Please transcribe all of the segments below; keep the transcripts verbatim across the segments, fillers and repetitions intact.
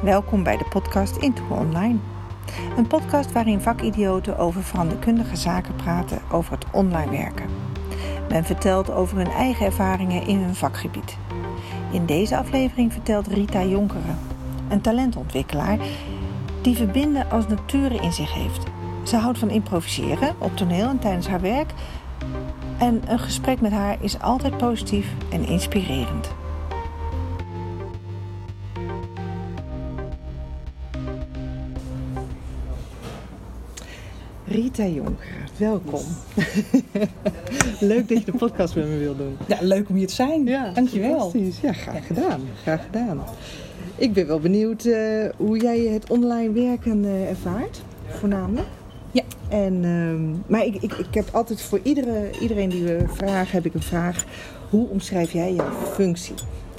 Welkom bij de podcast Into Online. Een podcast waarin vakidioten over veranderkundige zaken praten over het online werken. Men vertelt over hun eigen ervaringen in hun vakgebied. In deze aflevering vertelt Rita Jonkeren, een talentontwikkelaar die verbinden als nature in zich heeft. Ze houdt van improviseren op toneel en tijdens haar werk. En een gesprek met haar is altijd positief en inspirerend. Rita Jonkeren, welkom. Leuk dat je de podcast met me wil doen. Ja, leuk om hier te zijn. Ja, dankjewel. Fantastisch. Ja, graag gedaan. Graag gedaan. Ik ben wel benieuwd uh, hoe jij het online werken uh, ervaart, voornamelijk. Ja. En, uh, maar ik, ik, ik heb altijd voor iedere, iedereen die we vragen, heb ik een vraag. Hoe omschrijf jij jouw functie?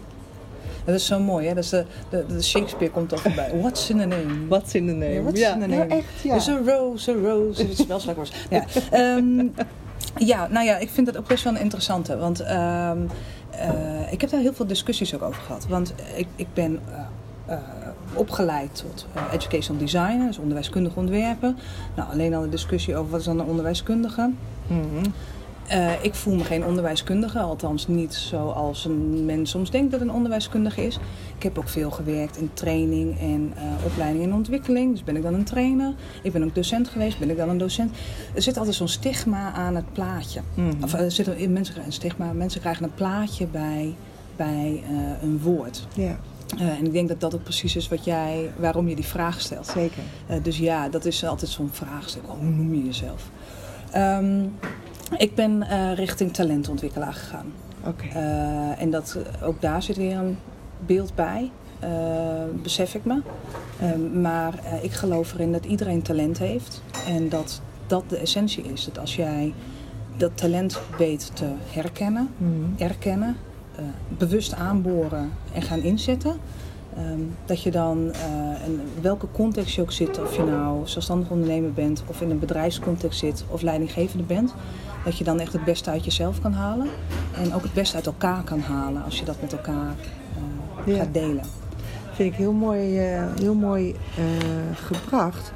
Dat is zo mooi, hè? Dat is de, de, de Shakespeare komt al voorbij. What's in the name? What's in the name? Ja, what's ja. in the name? Ja, echt, ja. Dus een rose, een rose. Het is wel slagwoord. Ja. Um, ja, nou ja, ik vind dat ook best wel een interessante. Want um, uh, ik heb daar heel veel discussies ook over gehad. Want ik, ik ben uh, uh, opgeleid tot uh, educational designer, dus onderwijskundig ontwerpen. Nou, alleen al de discussie over wat is dan een onderwijskundige. Mm-hmm. Uh, ik voel me geen onderwijskundige, althans niet zoals een mens soms denkt dat een onderwijskundige is. Ik heb ook veel gewerkt in training en uh, opleiding en ontwikkeling. Dus ben ik dan een trainer. Ik ben ook docent geweest, ben ik dan een docent. Er zit altijd zo'n stigma aan het plaatje. Mm-hmm. Of er zit een, mensen krijgen een stigma, mensen krijgen een plaatje bij, bij uh, een woord. Ja. Uh, en ik denk dat dat ook precies is wat jij, waarom je die vraag stelt. Zeker. Uh, dus ja, dat is altijd zo'n vraagstuk. Oh, hoe noem je jezelf? Um, Ik ben uh, richting talentontwikkelaar gegaan. Oké. Okay. Uh, en dat, ook daar zit weer een beeld bij, uh, besef ik me. Uh, maar uh, ik geloof erin dat iedereen talent heeft. En dat dat de essentie is. Dat als jij dat talent weet te herkennen, mm-hmm. erkennen, uh, bewust aanboren en gaan inzetten. Um, dat je dan, uh, in welke context je ook zit, of je nou zelfstandig ondernemer bent, of in een bedrijfscontext zit, of leidinggevende bent, dat je dan echt het beste uit jezelf kan halen. En ook het beste uit elkaar kan halen als je dat met elkaar uh, ja. gaat delen. Vind ik heel mooi, uh, heel mooi uh, gebracht.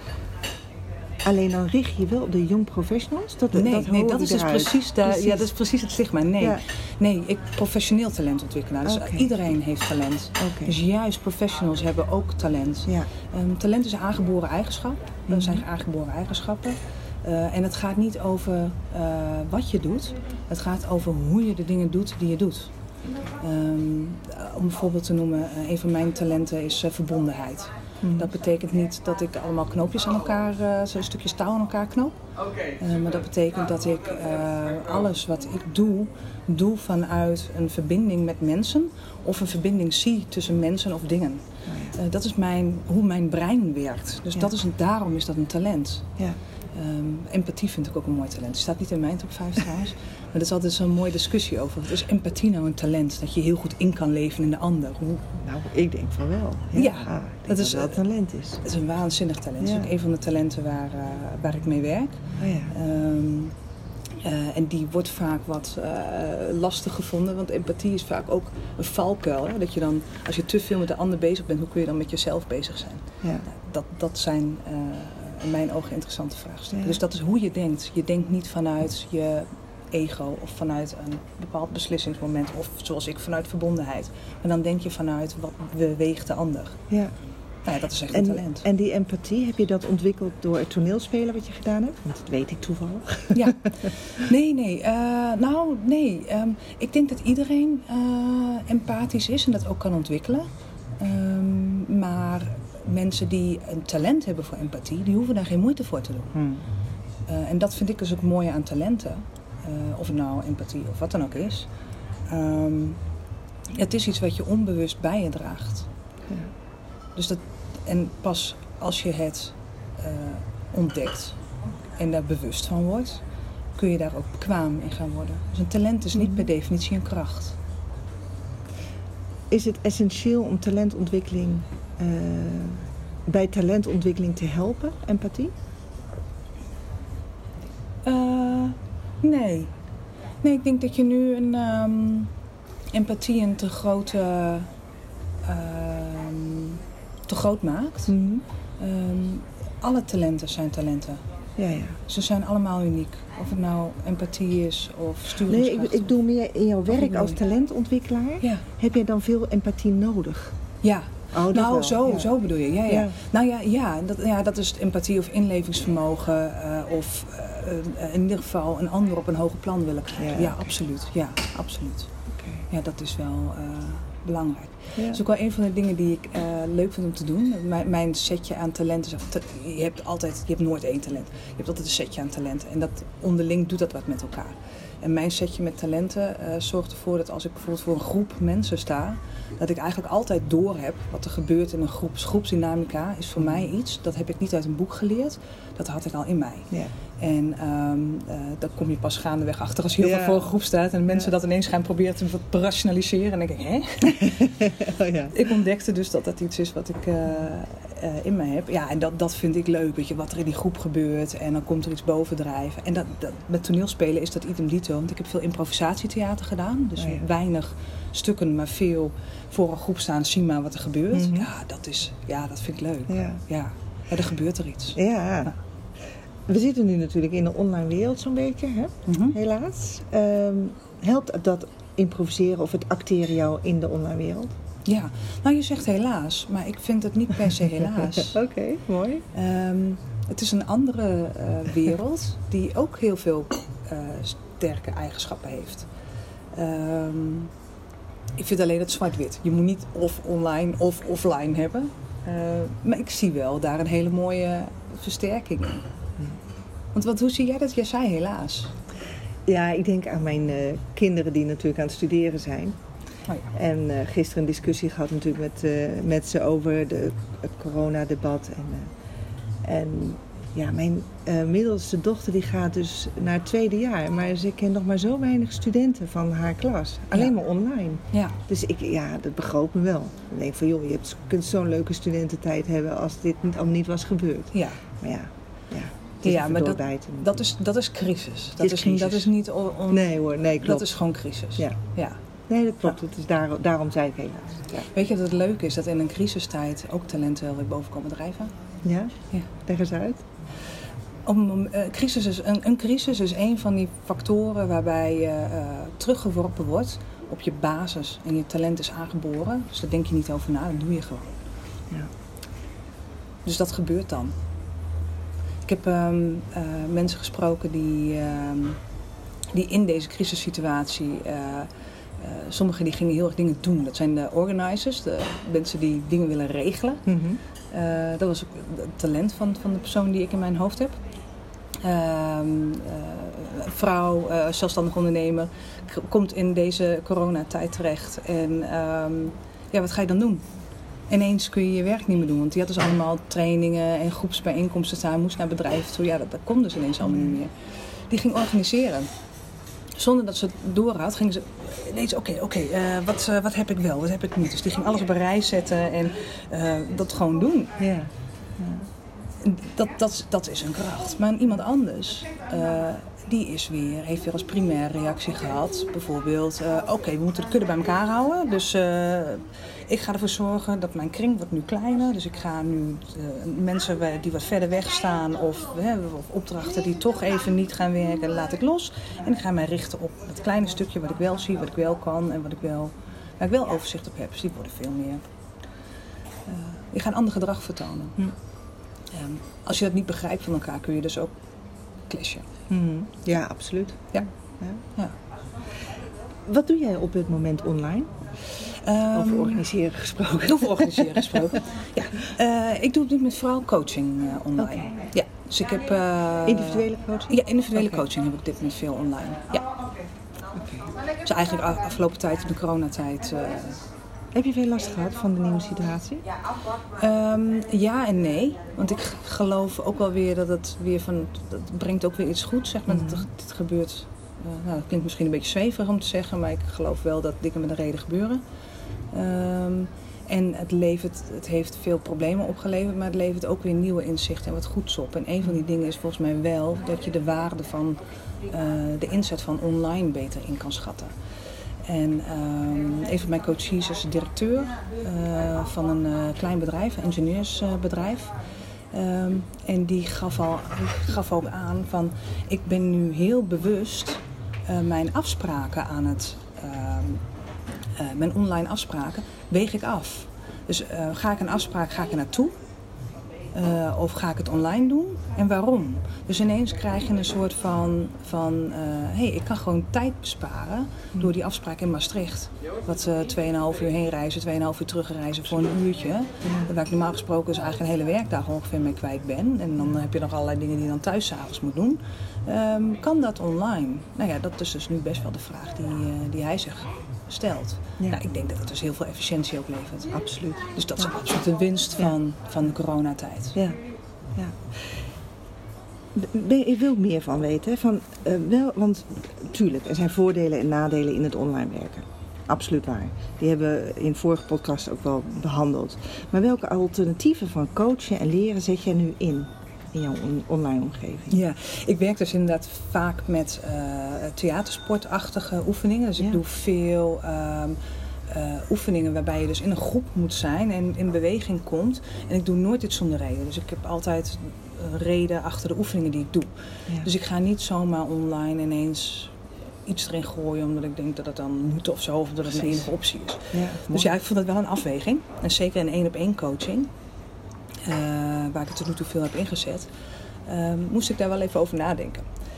Alleen dan richt je wel op de young professionals? Dat, nee, dat, nee, dat is dus precies, de, precies. Ja, dat is precies het stigma. Nee, ja. nee ik professioneel talentontwikkelaar. Dus okay. Iedereen heeft talent. Okay. Dus juist professionals hebben ook talent. Ja. Um, talent is een aangeboren eigenschap. Mm-hmm. Dat zijn aangeboren eigenschappen. Uh, en het gaat niet over uh, wat je doet. Het gaat over hoe je de dingen doet die je doet. Um, om een voorbeeld te noemen, uh, een van mijn talenten is uh, verbondenheid. Hmm. Dat betekent niet dat ik allemaal knoopjes aan elkaar, uh, zo'n stukjes touw aan elkaar knoop. Uh, maar dat betekent dat ik uh, alles wat ik doe, doe vanuit een verbinding met mensen. Of een verbinding zie tussen mensen of dingen. Uh, dat is mijn, hoe mijn brein werkt. Dus ja. dat is een, daarom is dat een talent. Ja. Um, empathie vind ik ook een mooi talent. Het staat niet in mijn top vijf trouwens. Maar dat is altijd zo'n mooie discussie over. Wat is empathie nou een talent? Dat je heel goed in kan leven in de ander. Hoe... Nou, ik denk van wel. Ja, ja ah, dat, dat is wel een talent is. Het is een waanzinnig talent. Ja. Dat is ook een van de talenten waar, uh, waar ik mee werk. Oh ja. Um, uh, en die wordt vaak wat uh, lastig gevonden. Want empathie is vaak ook een valkuil. Hè? Dat je dan, als je te veel met de ander bezig bent, hoe kun je dan met jezelf bezig zijn? Ja. Nou, dat, dat zijn... Uh, in mijn ogen interessante vraagstukken. Ja. Dus dat is hoe je denkt. Je denkt niet vanuit je ego of vanuit een bepaald beslissingsmoment of zoals ik vanuit verbondenheid. Maar dan denk je vanuit wat beweegt de ander. Ja. Nou ja, dat is echt en, een talent. En die empathie, heb je dat ontwikkeld door het toneelspelen wat je gedaan hebt? Want dat weet ik toevallig. Ja. Nee, nee. Uh, nou, nee. Um, ik denk dat iedereen uh, empathisch is en dat ook kan ontwikkelen. Um, maar... Mensen die een talent hebben voor empathie, die hoeven daar geen moeite voor te doen. Hmm. Uh, en dat vind ik dus ook mooi aan talenten. Uh, of het nou empathie of wat dan ook is. Um, het is iets wat je onbewust bij je draagt. Ja. Dus dat, en pas als je het uh, ontdekt en daar bewust van wordt, kun je daar ook bekwaam in gaan worden. Dus een talent is niet hmm. per definitie een kracht. Is het essentieel om talentontwikkeling... Uh, bij talentontwikkeling te helpen, empathie? Uh, nee. Nee, ik denk dat je nu een um, empathie een te grote uh, te groot maakt. Mm-hmm. Um, alle talenten zijn talenten. Ja, ja. Ze zijn allemaal uniek. Of het nou empathie is of sturingskracht. Nee, ik, ik doe meer in jouw werk als talentontwikkelaar. Ja. Heb jij dan veel empathie nodig? Ja. Oh, nou, zo, ja. zo bedoel je. Ja, ja. ja. Nou ja, ja, dat, ja, dat is empathie of inlevingsvermogen. Uh, of uh, in ieder geval een ander op een hoger plan willen krijgen. Ja, ja absoluut. Ja, absoluut. Okay. Ja, dat is wel uh, belangrijk. Ja. Dat is ook wel een van de dingen die ik uh, leuk vind om te doen. Mijn, mijn setje aan talenten. Je hebt altijd, je hebt nooit één talent. Je hebt altijd een setje aan talenten. En dat onderling doet dat wat met elkaar. En mijn setje met talenten uh, zorgt ervoor dat als ik bijvoorbeeld voor een groep mensen sta, dat ik eigenlijk altijd door heb wat er gebeurt in een groep. Groepsdynamica is voor mij iets, dat heb ik niet uit een boek geleerd. Dat had ik al in mij. Ja. En um, uh, daar kom je pas gaandeweg achter als je heel ja. veel voor een groep staat. En mensen ja. dat ineens gaan proberen te rationaliseren. En dan denk ik, hè? oh, ja. Ik ontdekte dus dat dat iets is wat ik uh, uh, in me heb. Ja, en dat, dat vind ik leuk. Weet je, wat er in die groep gebeurt. En dan komt er iets bovendrijven. En dat, dat, met toneelspelen is dat idem dito. Want ik heb veel improvisatietheater gedaan. Dus oh, ja. weinig stukken, maar veel voor een groep staan. Zie maar wat er gebeurt. Mm-hmm. Ja, dat is, ja, dat vind ik leuk. Ja. Ja. Ja, er gebeurt er iets. Ja. ja. We zitten nu natuurlijk in de online wereld zo'n beetje, hè? Mm-hmm. Helaas. Um, helpt dat improviseren of het acteren jou in de online wereld? Ja, nou je zegt helaas, maar ik vind het niet per se helaas. Oké, okay, mooi. Um, het is een andere uh, wereld die ook heel veel uh, sterke eigenschappen heeft. Um, ik vind alleen het zwart-wit. Je moet niet of online of offline hebben. Uh, maar ik zie wel daar een hele mooie versterking in. Want wat, hoe zie jij dat? Jij zei helaas. Ja, ik denk aan mijn uh, kinderen die natuurlijk aan het studeren zijn. Oh ja. En uh, gisteren een discussie gehad natuurlijk met, uh, met ze over de, het coronadebat. En, uh, en ja, mijn uh, middelste dochter die gaat dus naar het tweede jaar. Maar ze kent nog maar zo weinig studenten van haar klas. Alleen ja. maar online. Ja. Dus ik, ja, dat begroot me wel. Ik denk van joh, je hebt, kunt zo'n leuke studententijd hebben als dit niet, allemaal niet was gebeurd. Ja. Maar ja, ja. Ja, maar dat, dat, is, dat is crisis. Dat is, is, crisis. Dat is niet... On, on, nee hoor, nee klopt. Dat is gewoon crisis. Ja. ja. Nee, dat klopt. Ja. Het is daar, daarom zei ik helaas. Ja. Weet je dat het leuke is dat in een crisistijd ook talenten wel weer boven komen drijven? Ja? Ja. Leg eens uit. Om, uh, crisis is, een, een crisis is een van die factoren waarbij je uh, teruggeworpen wordt op je basis. En je talent is aangeboren. Dus daar denk je niet over na, dat doe je gewoon. Ja. Dus dat gebeurt dan. Ik heb um, uh, mensen gesproken die, um, die in deze crisissituatie, uh, uh, sommigen die gingen heel erg dingen doen. Dat zijn de organizers, de mensen die dingen willen regelen. Mm-hmm. Uh, dat was ook het talent van, van de persoon die ik in mijn hoofd heb. Uh, uh, vrouw, uh, zelfstandig ondernemer, k- komt in deze coronatijd terecht. En um, ja, wat ga je dan doen? Ineens kun je je werk niet meer doen. Want die had dus allemaal trainingen en groepsbijeenkomsten staan. Moest naar bedrijven toe. Ja, dat, dat kon dus ineens allemaal niet meer. Die ging organiseren. Zonder dat ze het door had, ging ze ineens, oké, okay, oké, okay, uh, wat, uh, wat heb ik wel, wat heb ik niet. Dus die ging alles op een rij zetten en uh, dat gewoon doen. Ja. Ja. Dat, dat, dat is een kracht. Maar iemand anders, uh, die is weer, heeft weer als primaire reactie gehad. Bijvoorbeeld, uh, oké, okay, we moeten de kudde bij elkaar houden. Dus uh, ik ga ervoor zorgen dat mijn kring wordt nu kleiner. Dus ik ga nu uh, mensen die wat verder weg staan of, uh, of opdrachten die toch even niet gaan werken, laat ik los. En ik ga mij richten op het kleine stukje wat ik wel zie, wat ik wel kan en wat ik wel, waar ik wel overzicht op heb. Dus die worden veel meer. Uh, je gaat ander gedrag vertonen. Hm. Um, als je dat niet begrijpt van elkaar, kun je dus ook clashen. Mm-hmm. Ja, absoluut. Ja. Ja. Ja. Wat doe jij op dit moment online? Um, over organiseren gesproken. Over organiseren gesproken. Ja. Uh, ik doe op dit moment vooral coaching uh, online. Okay. Ja. Dus ik heb... Uh, individuele coaching? Ja, individuele okay. coaching heb ik op dit moment veel online. Ja. Okay. Dus eigenlijk de afgelopen tijd, in de coronatijd... Uh, Heb je veel last gehad van de nieuwe situatie? Um, ja en nee. Want ik geloof ook wel weer dat het weer van... Dat brengt ook weer iets goeds, zeg maar. Mm-hmm. Dat het gebeurt... Uh, nou, dat klinkt misschien een beetje zweverig om te zeggen, maar ik geloof wel dat dingen met een reden gebeuren. Um, en het, levert, het heeft veel problemen opgeleverd, maar het levert ook weer nieuwe inzichten en wat goeds op. En een van die dingen is volgens mij wel dat je de waarde van uh, de inzet van online beter in kan schatten. En um, een van mijn coaches is directeur uh, van een uh, klein bedrijf, een ingenieursbedrijf. Um, en die gaf, al, die gaf ook aan van, ik ben nu heel bewust uh, mijn afspraken aan het, uh, uh, mijn online afspraken, weeg ik af. Dus uh, ga ik een afspraak, ga ik er naartoe? Uh, of ga ik het online doen? En waarom? Dus ineens krijg je een soort van, van uh, hey, ik kan gewoon tijd besparen door die afspraak in Maastricht. Wat uh, tweeënhalf uur heen reizen, tweeënhalf uur terugreizen voor een uurtje. Ja. Waar ik normaal gesproken dus eigenlijk een hele werkdag ongeveer mee kwijt ben. En dan heb je nog allerlei dingen die je dan thuis 's avonds moet doen. Um, kan dat online? Nou ja, dat is dus nu best wel de vraag die, uh, die hij zich stelt. Ja. Nou, ik denk dat het dus heel veel efficiëntie ook levert. Absoluut. Dus dat is ja. absoluut de winst van, ja. van de coronatijd. Ja. Ja. Ik wil meer van weten. Van, uh, wel, want natuurlijk, er zijn voordelen en nadelen in het online werken. Absoluut waar. Die hebben we in de vorige podcast ook wel behandeld. Maar welke alternatieven van coachen en leren zet jij nu in? In jouw online omgeving? Ja, ik werk dus inderdaad vaak met uh, theatersportachtige oefeningen. Dus ik ja. doe veel um, uh, oefeningen waarbij je dus in een groep moet zijn en in beweging komt. En ik doe nooit iets zonder reden. Dus ik heb altijd een reden achter de oefeningen die ik doe. Ja. Dus ik ga niet zomaar online ineens iets erin gooien omdat ik denk dat het dan moet of zo. Of dat het mijn enige optie is. Ja, dus ja, ik vond dat wel een afweging. En zeker in één op één coaching. Uh, waar ik het tot nu toe veel heb ingezet, um, moest ik daar wel even over nadenken.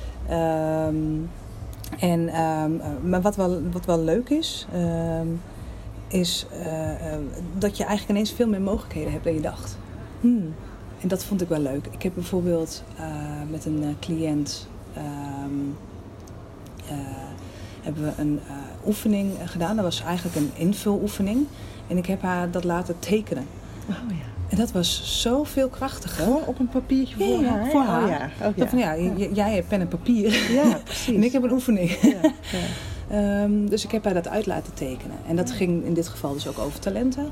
Um, en, um, uh, maar wat wel, wat wel leuk is, um, is uh, uh, dat je eigenlijk ineens veel meer mogelijkheden hebt dan je dacht. Hmm. En dat vond ik wel leuk. Ik heb bijvoorbeeld uh, met een uh, cliënt um, uh, hebben we een uh, oefening gedaan. Dat was eigenlijk een invuloefening. En ik heb haar dat laten tekenen. Oh ja. En dat was zoveel krachtiger. Gewoon op een papiertje voor ja, haar? Voor haar. Oh, ja. Oh, ja. Van, ja, j- jij hebt pen en papier. Ja, precies. En ik heb een oefening. Ja, ja. um, dus ik heb haar dat uit laten tekenen. En dat ging in dit geval dus ook over talenten.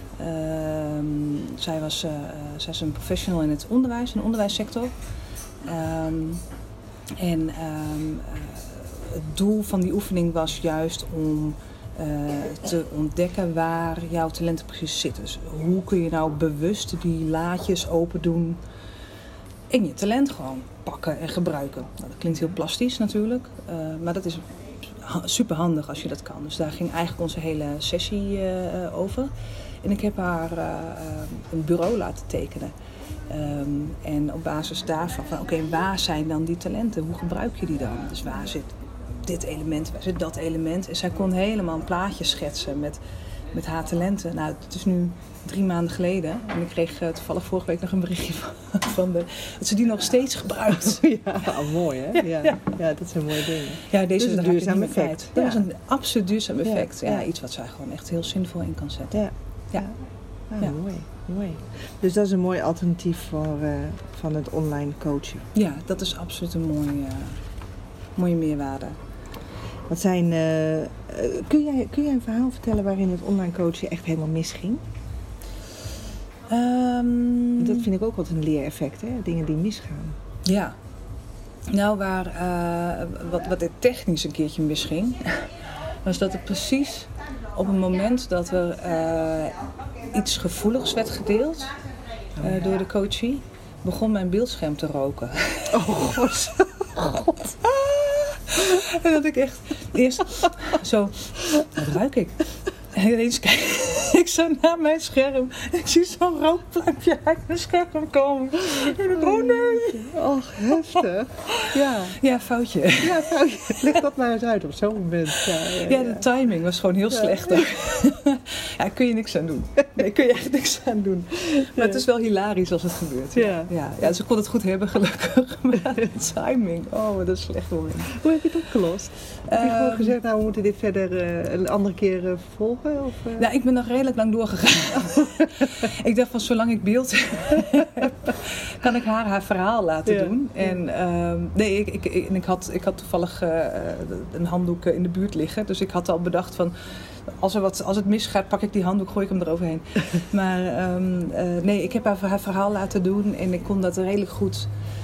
Um, zij, was, uh, zij is een professional in het onderwijs, in de onderwijssector. Um, en um, uh, het doel van die oefening was juist om Uh, te ontdekken waar jouw talenten precies zitten. Dus hoe kun je nou bewust die laadjes open doen en je talent gewoon pakken en gebruiken. Nou, dat klinkt heel plastisch natuurlijk, uh, maar dat is ha- super handig als je dat kan. Dus daar ging eigenlijk onze hele sessie uh, over. En ik heb haar uh, een bureau laten tekenen. Um, en op basis daarvan van oké, okay, waar zijn dan die talenten? Hoe gebruik je die dan? Dus waar zit dit element, waar zit dat element? En zij kon helemaal een plaatje schetsen met, met haar talenten. Nou, het is nu drie maanden geleden. En ik kreeg uh, toevallig vorige week nog een berichtje van, van de, dat ze die nog steeds gebruikt. Ja, mooi hè? Ja, ja. ja dat zijn mooie dingen. Ja, deze dus een duurzaam effect. Dat ja. is een absoluut duurzaam effect. Ja, ja. ja, iets wat zij gewoon echt heel zinvol in kan zetten. Ja, ja. ja. Ah, ja. Mooi. Mooi. Dus dat is een mooi alternatief voor, uh, van het online coachen. Ja, dat is absoluut een mooie, uh, mooie meerwaarde. Wat zijn, uh, uh, kun, jij, kun jij een verhaal vertellen waarin het online coachen echt helemaal misging? Um, dat vind ik ook altijd een leereffect, hè? Dingen die misgaan. Ja. Nou, waar, uh, wat, wat er technisch een keertje misging, was dat het precies op het moment dat er uh, iets gevoeligs werd gedeeld uh, door de coachie, begon mijn beeldscherm te roken. Oh god. God. En dat ik echt eerst zo, wat ruik ik? En ineens kijk ik zo naar mijn scherm. Ik zie zo'n rookplankje uit mijn scherm komen. En ik, oh nee. Oh, heftig. Ja. Ja, foutje. Ja, foutje. Leg dat maar eens uit op zo'n moment. Ja, ja, ja, de timing was gewoon heel ja. slecht. Ja, daar kun je niks aan doen. Nee, kun je echt niks aan doen. Maar ja. het is wel hilarisch als het gebeurt. Ja. Ja. Ja. Ja, dus ik kon het goed hebben, gelukkig. Maar de timing, oh, wat een slecht moment. Hoe heb je het opgelost? Heb je um, gewoon gezegd, nou, we moeten dit verder uh, een andere keer uh, volgen? Of, uh... Nou, ik ben nog redelijk lang doorgegaan. Ik dacht van, zolang ik beeld heb, kan ik haar haar verhaal laten ja. doen. En um, nee, ik, ik, ik, ik, had, ik had toevallig uh, een handdoek in de buurt liggen. Dus ik had al bedacht van, als, er wat, als het misgaat, pak ik die handdoek, gooi ik hem eroverheen. Maar um, uh, nee, ik heb haar haar verhaal laten doen en ik kon dat redelijk goed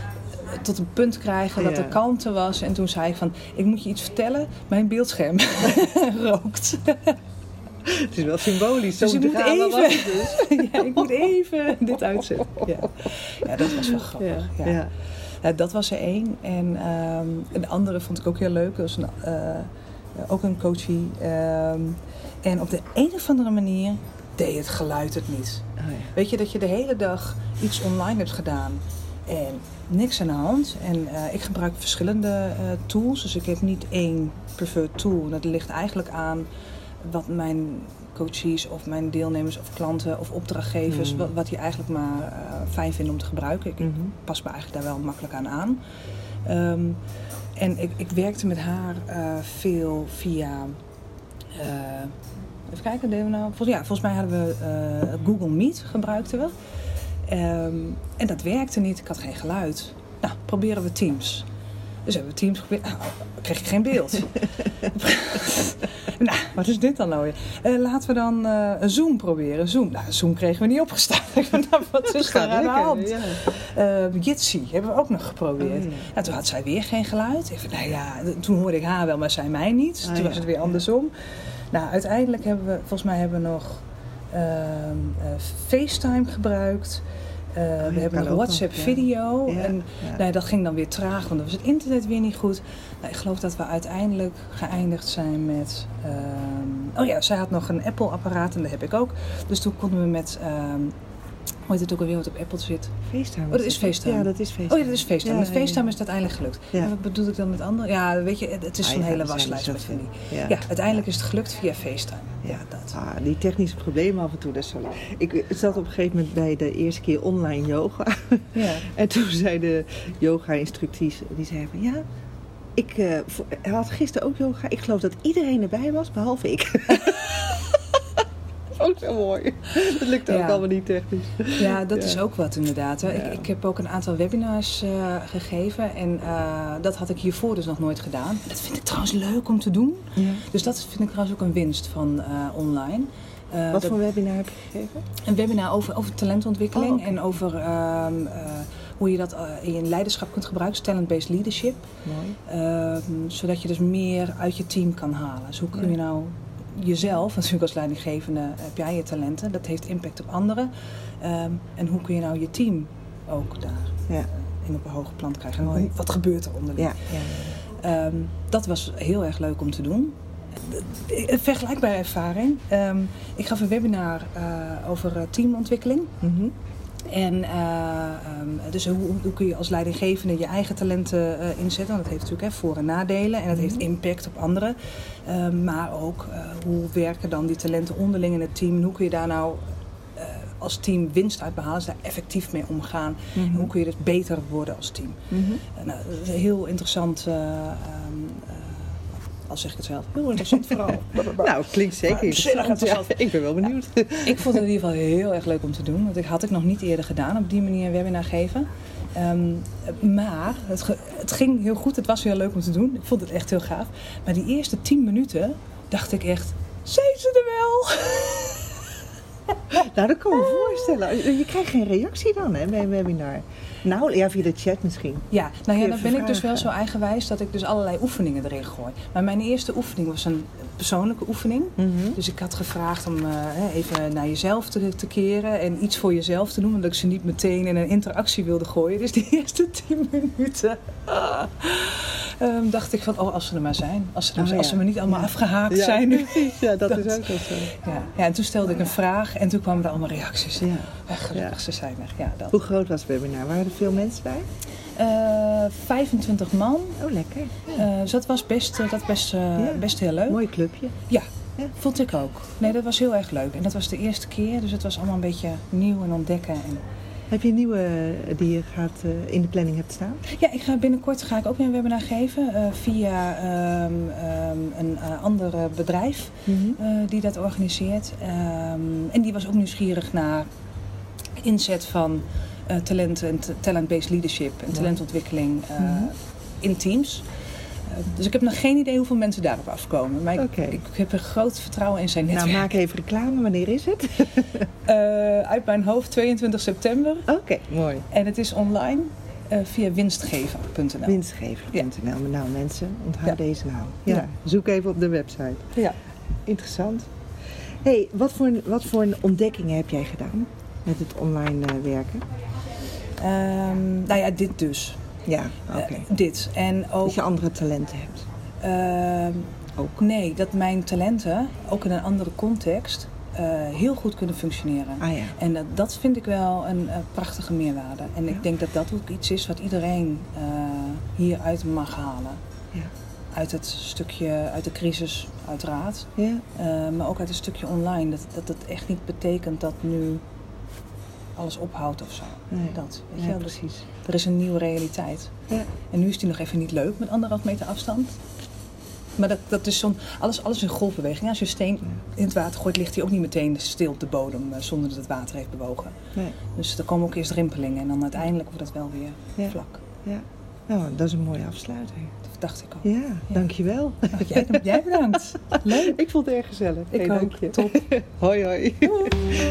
tot een punt krijgen dat ja. er kalmte was. En toen zei ik van, ik moet je iets vertellen. Mijn beeldscherm rookt. Het is wel symbolisch. Dus zo ik moet even, dus. ja, ik moet even dit uitzetten. Ja. ja, dat was wel grappig. Ja. Ja. Ja, dat was er één. En um, een andere vond ik ook heel leuk. Dat was een, uh, ook een coachie. Um, en op de een of andere manier deed het geluid het niet. Oh ja. Weet je, dat je de hele dag iets online hebt gedaan en niks aan de hand. En uh, ik gebruik verschillende uh, tools. Dus ik heb niet één preferred tool. Dat ligt eigenlijk aan wat mijn coaches of mijn deelnemers of klanten of opdrachtgevers, mm. wat, wat die eigenlijk maar uh, fijn vinden om te gebruiken. Ik mm-hmm. pas me eigenlijk daar wel makkelijk aan aan. Um, en ik, ik werkte met haar uh, veel via... Uh, even kijken, deden we nou? Volgens, ja, volgens mij hadden we uh, Google Meet gebruikten we. Um, en dat werkte niet. Ik had geen geluid. Nou, proberen we Teams. Dus hebben we Teams geprobeerd. Nou, kreeg ik geen beeld. Nou, wat is dit dan nou weer? Uh, laten we dan uh, een Zoom proberen. Zoom. Nou, Zoom kregen we niet opgestart. nou, wat is daar aan de hand? Ja. Uh, Jitsi hebben we ook nog geprobeerd. Oh, ja. Nou, toen had zij weer geen geluid. Even, nou ja, toen hoorde ik haar wel, maar zij mij niet. Ah, toen ja. was het weer andersom. Nou, uiteindelijk hebben we, volgens mij hebben we nog uh, uh, FaceTime gebruikt. Uh, oh, we hebben nog WhatsApp nog, ja. video. Ja, en ja. Nou, dat ging dan weer traag, want dan was het internet weer niet goed. Nou, ik geloof dat we uiteindelijk geëindigd zijn met... Um, oh ja, zij had nog een Apple-apparaat en dat heb ik ook. Dus toen konden we met... Um, hoe heet het ook alweer wat op Apple zit? FaceTime. Oh, dat is FaceTime. Ja, dat is FaceTime. Oh ja, dat is FaceTime. Ja, met FaceTime ja. is het uiteindelijk gelukt. Ja. En wat bedoel ik dan met anderen? Ja, weet je, het is ah, zo'n ja, hele waslijst met van die. Ja. ja, uiteindelijk is het gelukt via FaceTime. Ja, ja dat. Ah, die technische problemen af en toe, dat is zo leuk. Ik zat op een gegeven moment bij de eerste keer online yoga. Ja. En toen zei de yoga-instructrice, die zei van ja... Ik uh, had gisteren ook yoga. Ik geloof dat iedereen erbij was, behalve ik. Ook zo mooi. Dat lukt ook ja. allemaal niet technisch. Ja, dat ja. is ook wat inderdaad. Hè. Ja. Ik, ik heb ook een aantal webinars uh, gegeven. En uh, dat had ik hiervoor dus nog nooit gedaan. Dat vind ik trouwens leuk om te doen. Ja. Dus dat vind ik trouwens ook een winst van uh, online. Uh, wat dat, voor webinar heb je gegeven? Een webinar over, over talentontwikkeling. Oh, okay. En over uh, uh, hoe je dat uh, in je leiderschap kunt gebruiken. Talent-based leadership. Mooi. Uh, zodat je dus meer uit je team kan halen. Dus hoe kun ja. je nou... jezelf, natuurlijk als leidinggevende heb jij je talenten, dat heeft impact op anderen. Um, en hoe kun je nou je team ook daar ja. uh, in op een hoger plan krijgen? En hoe, wat gebeurt er onderling? Ja. Ja. Um, dat was heel erg leuk om te doen. Een vergelijkbare ervaring. Um, ik gaf een webinar uh, over uh, teamontwikkeling. Mm-hmm. En uh, um, dus hoe, hoe kun je als leidinggevende je eigen talenten uh, inzetten? Want dat heeft natuurlijk hè, voor- en nadelen en dat heeft impact op anderen. Uh, maar ook uh, hoe werken dan die talenten onderling in het team? En hoe kun je daar nou uh, als team winst uit behalen? Dus daar effectief mee omgaan. Mm-hmm. En hoe kun je dus beter worden als team? Mm-hmm. Uh, nou, dat is een heel interessant... Uh, um, uh, Al zeg ik het zelf. Heel interessant verhaal. Nou, klinkt zeker interessant. interessant. Ja, ik ben wel benieuwd. Ja, ik vond het in ieder geval heel erg leuk om te doen. Want ik had ik nog niet eerder gedaan. Op die manier een webinar geven. Um, maar het, ge, het ging heel goed. Het was heel leuk om te doen. Ik vond het echt heel gaaf. Maar die eerste tien minuten dacht ik echt... Zijn ze er wel? Nou, dat kan ik me voorstellen. Je krijgt geen reactie dan hè, bij een webinar. Nou, ja, via de chat misschien. Ja, nou ja, dan ben ik dus wel zo eigenwijs dat ik dus allerlei oefeningen erin gooi. Maar mijn eerste oefening was een persoonlijke oefening. Mm-hmm. Dus ik had gevraagd om uh, even naar jezelf te, te keren en iets voor jezelf te doen. Omdat ik ze niet meteen in een interactie wilde gooien. Dus die eerste tien minuten uh, um, dacht ik van, oh, als ze er maar zijn. Als ze, er, oh, ja. als ze me niet allemaal ja. afgehaakt ja, zijn. Precies, ja, dat, dat is ook wel zo. Ja. Ja, en toen stelde ik een vraag en toen kwamen er allemaal reacties. Ja. Ja, gelukkig, ja. ze zijn er. Ja, dat. Hoe groot was het webinar? Waren er veel mensen bij? Uh, vijfentwintig man. Oh, lekker. Ja. Uh, dus dat was best, uh, dat best, uh, ja. best heel leuk. Mooi clubje. Ja, ja, vond ik ook. Nee, dat was heel erg leuk. En dat was de eerste keer, dus het was allemaal een beetje nieuw en ontdekken. En... Heb je een nieuwe die je gaat, uh, in de planning hebt staan? Ja, ik ga binnenkort ga ik ook weer een webinar geven uh, via um, um, een uh, ander bedrijf mm-hmm. uh, die dat organiseert. Um, en die was ook nieuwsgierig naar inzet van uh, talent en t- talent-based leadership en ja. talentontwikkeling uh, mm-hmm. in teams. Uh, dus ik heb nog geen idee hoeveel mensen daarop afkomen. Maar okay. ik, ik heb er groot vertrouwen in zijn netwerk. Nou, maak even reclame. Wanneer is het? uh, uit mijn hoofd tweeëntwintig september. Oké, okay, mooi. En het is online. Uh, via winstgever punt n l. winstgever punt n l. Ja. Nou mensen, onthoud ja. deze naam. Ja. Ja. Zoek even op de website. Ja. Interessant. Hey, wat voor, wat voor ontdekkingen heb jij gedaan met het online uh, werken? Um, nou ja, dit dus. Ja, oké. Okay. Uh, dit. En ook... Dat je andere talenten hebt? Uh, ook. Nee, dat mijn talenten, ook in een andere context, uh, heel goed kunnen functioneren. Ah, ja. En dat, dat vind ik wel een uh, prachtige meerwaarde. En ja. ik denk dat dat ook iets is wat iedereen uh, hieruit mag halen. Ja. Uit het stukje, uit de crisis uiteraard. Ja. Uh, maar ook uit het stukje online. Dat, dat het echt niet betekent dat nu alles ophoudt of zo. Nee. Dat, weet ja, je? precies. Er is een nieuwe realiteit. Ja. En nu is die nog even niet leuk met anderhalf meter afstand. Maar dat, dat is zo'n, alles, alles in golfbeweging. Als je steen in het water gooit, ligt hij ook niet meteen stil op de bodem uh, zonder dat het water heeft bewogen. Nee. Dus er komen ook eerst rimpelingen en dan uiteindelijk wordt het wel weer ja. vlak. Ja. Nou, dat is een mooie afsluiting. Dat dacht ik ook. Ja, ja. Dankjewel. Nou, jij, jij bedankt. Leuk. Ik vond het erg gezellig. Ik hey, ook. Dank je. Top. Hoi, hoi. Doei.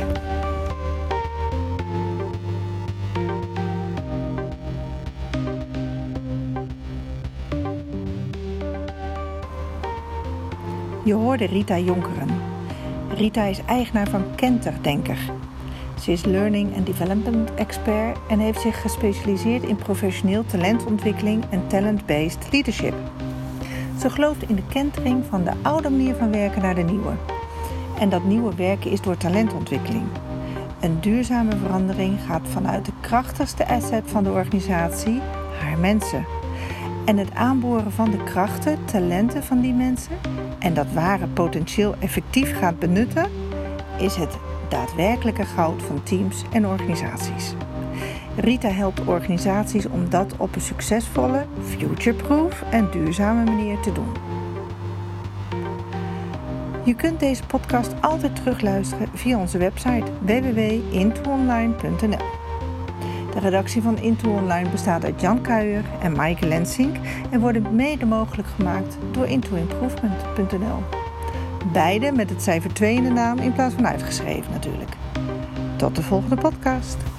Je hoorde Rita Jonkeren. Rita is eigenaar van Kenter Denker. Ze is Learning and Development Expert en heeft zich gespecialiseerd in professioneel talentontwikkeling en talent-based leadership. Ze gelooft in de kentering van de oude manier van werken naar de nieuwe. En dat nieuwe werken is door talentontwikkeling. Een duurzame verandering gaat vanuit de krachtigste asset van de organisatie, haar mensen. En het aanboren van de krachten, talenten van die mensen en dat ware potentieel effectief gaat benutten, is het daadwerkelijke goud van teams en organisaties. Rita helpt organisaties om dat op een succesvolle, future-proof en duurzame manier te doen. Je kunt deze podcast altijd terugluisteren via onze website w w w punt into online punt n l. De redactie van Into Online bestaat uit Jan Kuijer en Maaike Lensink en worden mede mogelijk gemaakt door into improvement punt n l. Beide met het cijfer twee in de naam in plaats van uitgeschreven natuurlijk. Tot de volgende podcast.